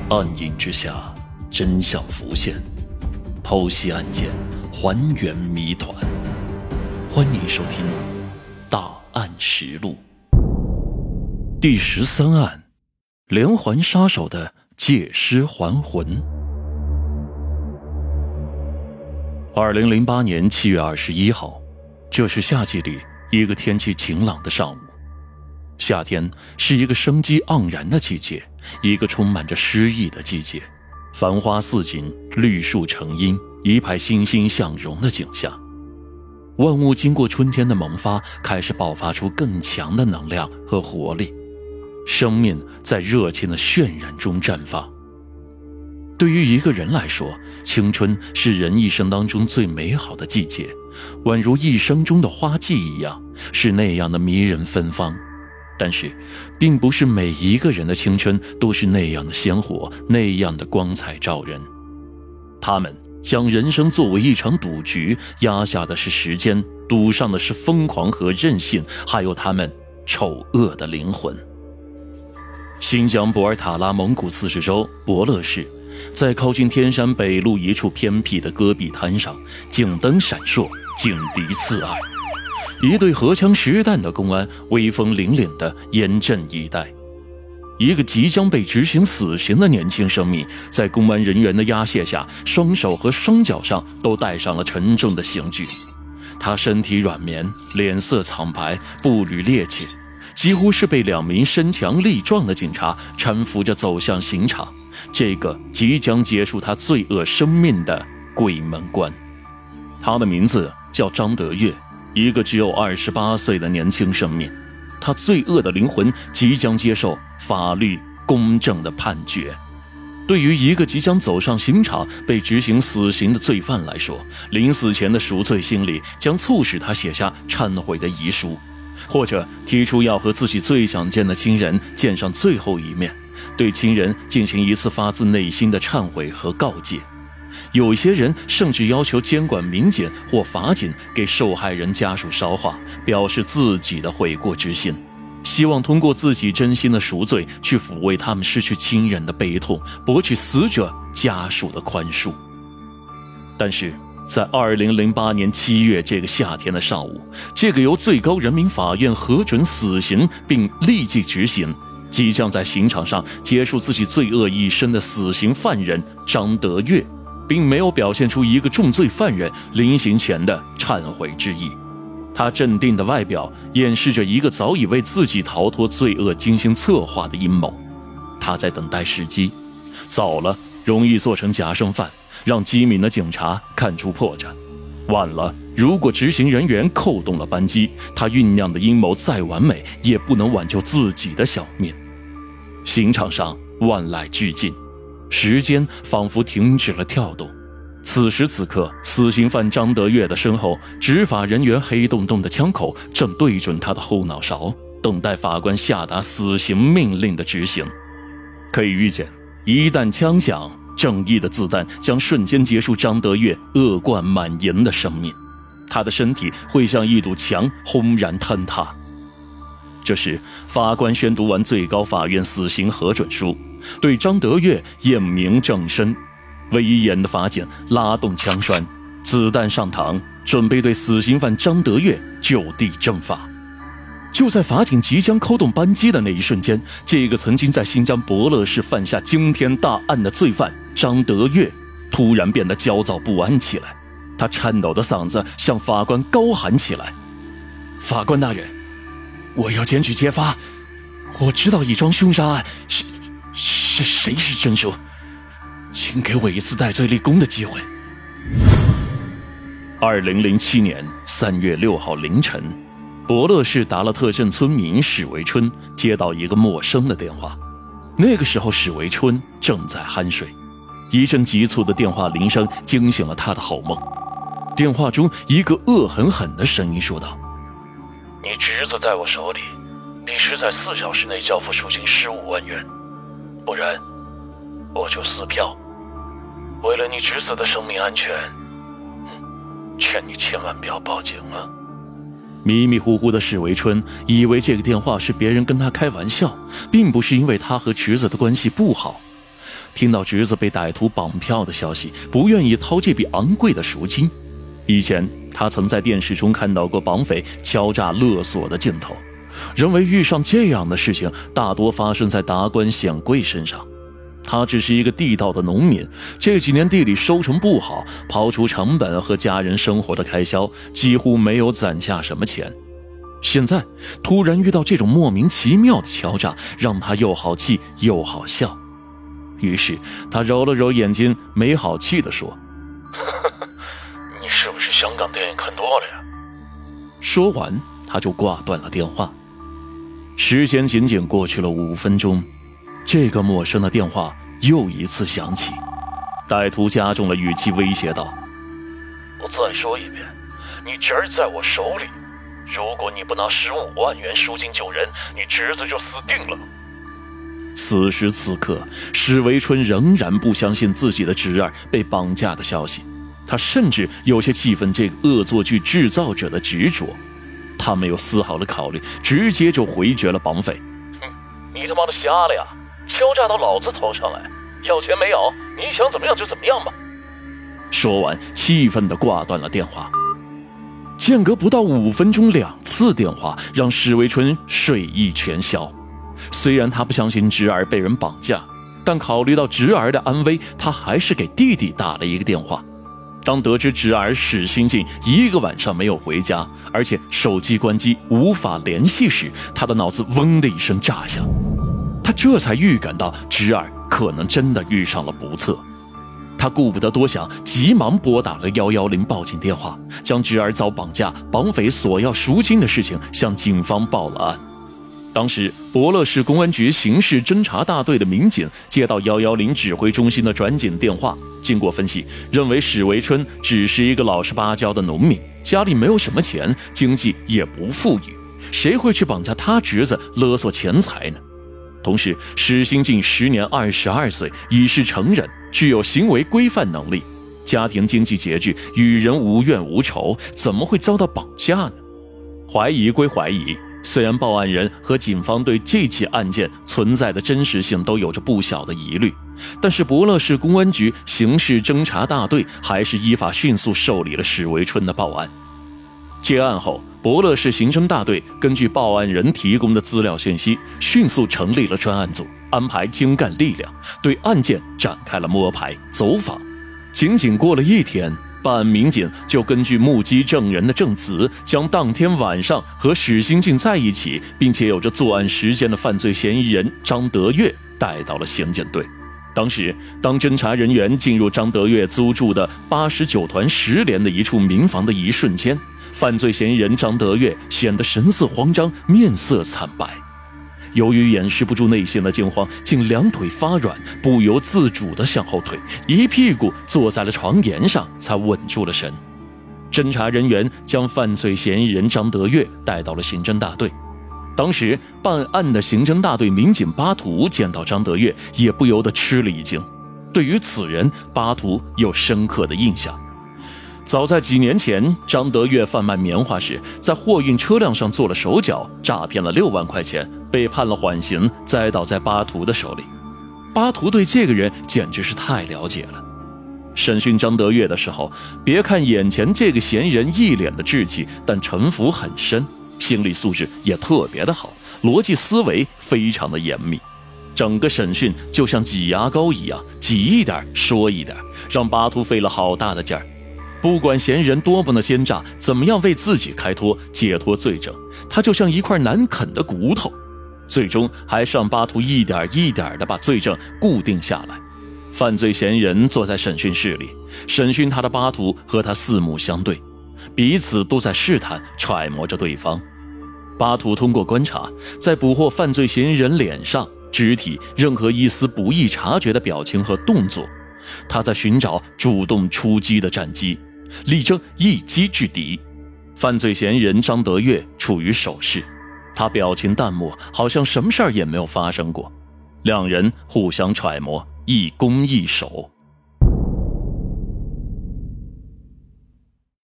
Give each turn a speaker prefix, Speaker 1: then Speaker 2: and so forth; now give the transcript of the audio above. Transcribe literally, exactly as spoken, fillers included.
Speaker 1: 暗影之下，真相浮现，剖析案件，还原谜团。欢迎收听《大案实录》第十三案：连环杀手的借尸还魂。二零零八年七月二十一号，这是夏季里一个天气晴朗的上午。夏天是一个生机盎然的季节，一个充满着诗意的季节，繁花似锦，绿树成荫，一派欣欣向荣的景象。万物经过春天的萌发，开始爆发出更强的能量和活力，生命在热情的渲染中绽放。对于一个人来说，青春是人一生当中最美好的季节，宛如一生中的花季一样，是那样的迷人芬芳。但是并不是每一个人的青春都是那样的鲜活，那样的光彩照人。他们将人生作为一场赌局，压下的是时间，赌上的是疯狂和任性，还有他们丑恶的灵魂。新疆博尔塔拉蒙古自治州博乐市，在靠近天山北路一处偏僻的戈壁滩上，警灯闪烁，警笛刺耳，一队荷枪实弹的公安威风凛凛地严阵以待。一个即将被执行死刑的年轻生命，在公安人员的压卸下，双手和双脚上都戴上了沉重的刑具。他身体软绵，脸色苍白，步履趔趄，几乎是被两名身强力壮的警察搀扶着走向刑场，这个即将结束他罪恶生命的鬼门关。他的名字叫张德月，一个只有二十八岁的年轻生命，他罪恶的灵魂即将接受法律公正的判决。对于一个即将走上刑场被执行死刑的罪犯来说，临死前的赎罪心理将促使他写下忏悔的遗书，或者提出要和自己最想见的亲人见上最后一面，对亲人进行一次发自内心的忏悔和告诫。有些人甚至要求监管民警或法警给受害人家属捎话，表示自己的悔过之心，希望通过自己真心的赎罪去抚慰他们失去亲人的悲痛，博取死者家属的宽恕。但是在二零零八年七月这个夏天的上午，这个由最高人民法院核准死刑并立即执行，即将在刑场上结束自己罪恶一生的死刑犯人张德月，并没有表现出一个重罪犯人临刑前的忏悔之意。他镇定的外表掩饰着一个早已为自己逃脱罪恶精心策划的阴谋。他在等待时机，早了容易做成假胜犯，让机敏的警察看出破绽；晚了，如果执行人员扣动了扳机，他酝酿的阴谋再完美，也不能挽救自己的小命。刑场上万籁俱静，时间仿佛停止了跳动。此时此刻，死刑犯张德月的身后，执法人员黑洞洞的枪口正对准他的后脑勺，等待法官下达死刑命令的执行。可以预见，一旦枪响，正义的子弹将瞬间结束张德月恶贯满盈的生命，他的身体会像一堵墙轰然坍塌。这时，法官宣读完最高法院死刑核准书，对张德月验明正身。威严的法警拉动枪栓，子弹上膛，准备对死刑犯张德月就地正法。就在法警即将扣动扳机的那一瞬间，这个曾经在新疆博乐市犯下惊天大案的罪犯张德月突然变得焦躁不安起来。他颤抖的嗓子向法官高喊起来：法官大人，我要检举揭发，我知道一桩凶杀案，是是谁是真凶，请给我一次戴罪立功的机会。二零零七年三月六号凌晨，博乐市达勒特镇村民史维春接到一个陌生的电话。那个时候史维春正在酣睡，一阵急促的电话铃声惊醒了他的好梦。电话中一个恶狠狠的声音说道：
Speaker 2: 你侄子在我手里，必须在四小时内交付赎金十五万元，不然我就撕票。为了你侄子的生命安全，嗯，劝你千万不要报警啊。
Speaker 1: 迷迷糊糊的史维春以为这个电话是别人跟他开玩笑，并不是因为他和侄子的关系不好。 听到侄子被歹徒绑票的消息，不愿意掏这笔昂贵的赎金。以前他曾在电视中看到过绑匪敲诈勒索的镜头，认为遇上这样的事情大多发生在达官显贵身上。他只是一个地道的农民，这几年地里收成不好，刨除成本和家人生活的开销，几乎没有攒下什么钱。现在突然遇到这种莫名其妙的敲诈，让他又好气又好笑。于是他揉了揉眼睛，没好气地说：
Speaker 2: 你是不是香港电影看多了呀？
Speaker 1: 说完他就挂断了电话。时间仅仅过去了五分钟，这个陌生的电话又一次响起。歹徒加重了语气威胁道：
Speaker 2: 我再说一遍，你侄儿在我手里，如果你不拿十五万元赎金救人，你侄子就死定了。
Speaker 1: 此时此刻，史维春仍然不相信自己的侄儿被绑架的消息，他甚至有些气愤这个恶作剧制造者的执着。他没有丝毫的考虑，直接就回绝了绑匪。
Speaker 2: 哼，你他妈的瞎了呀！敲诈到老子头上来，要钱没有？你想怎么样就怎么样吧。
Speaker 1: 说完，气愤地挂断了电话。间隔不到五分钟，两次电话让史维春睡意全消。虽然他不相信侄儿被人绑架，但考虑到侄儿的安危，他还是给弟弟打了一个电话。当得知侄儿史新进一个晚上没有回家，而且手机关机无法联系时，他的脑子嗡的一声炸响。他这才预感到侄儿可能真的遇上了不测。他顾不得多想，急忙拨打了一一零报警电话，将侄儿遭绑架、绑匪索要赎金的事情向警方报了案。当时伯乐市公安局刑事侦查大队的民警接到一一零指挥中心的转警电话，经过分析，认为史维春只是一个老实巴交的农民，家里没有什么钱，经济也不富裕，谁会去绑架他侄子勒索钱财呢？同时史新进时年二十二岁，已是成人，具有行为规范能力，家庭经济拮据，与人无怨无仇，怎么会遭到绑架呢？怀疑归怀疑，虽然报案人和警方对这起案件存在的真实性都有着不小的疑虑，但是伯乐市公安局刑事侦查大队还是依法迅速受理了史维春的报案。接案后，伯乐市刑侦大队根据报案人提供的资料信息，迅速成立了专案组，安排精干力量，对案件展开了摸排走访。仅仅过了一天，办案民警就根据目击证人的证词，将当天晚上和史新进在一起并且有着作案时间的犯罪嫌疑人张德月带到了刑警队。当时当侦查人员进入张德月租住的八十九团十连的一处民房的一瞬间，犯罪嫌疑人张德月显得神色慌张，面色惨白。由于掩饰不住内心的惊慌，竟两腿发软，不由自主地向后退，一屁股坐在了床沿上，才稳住了神。侦查人员将犯罪嫌疑人张德月带到了刑侦大队。当时办案的刑侦大队民警巴图见到张德月，也不由得吃了一惊。对于此人，巴图有深刻的印象。早在几年前，张德月贩卖棉花时，在货运车辆上做了手脚，诈骗了六万块钱，被判了缓刑，栽倒在巴图的手里。巴图对这个人简直是太了解了。审讯张德月的时候，别看眼前这个嫌疑人一脸的稚气，但城府很深，心理素质也特别的好，逻辑思维非常的严密。整个审讯就像挤牙膏一样，挤一点说一点，让巴图费了好大的劲儿。不管嫌疑人多么的奸诈，怎么样为自己开脱解脱罪证，他就像一块难啃的骨头，最终还是让巴图一点一点地把罪证固定下来。犯罪嫌疑人坐在审讯室里，审讯他的巴图和他四目相对，彼此都在试探揣摩着对方。巴图通过观察，在捕获犯罪嫌疑人脸上、肢体任何一丝不易察觉的表情和动作，他在寻找主动出击的战机，力争一击制敌。犯罪嫌疑人张德月处于守势，他表情淡漠，好像什么事儿也没有发生过。两人互相揣摩，一攻一守。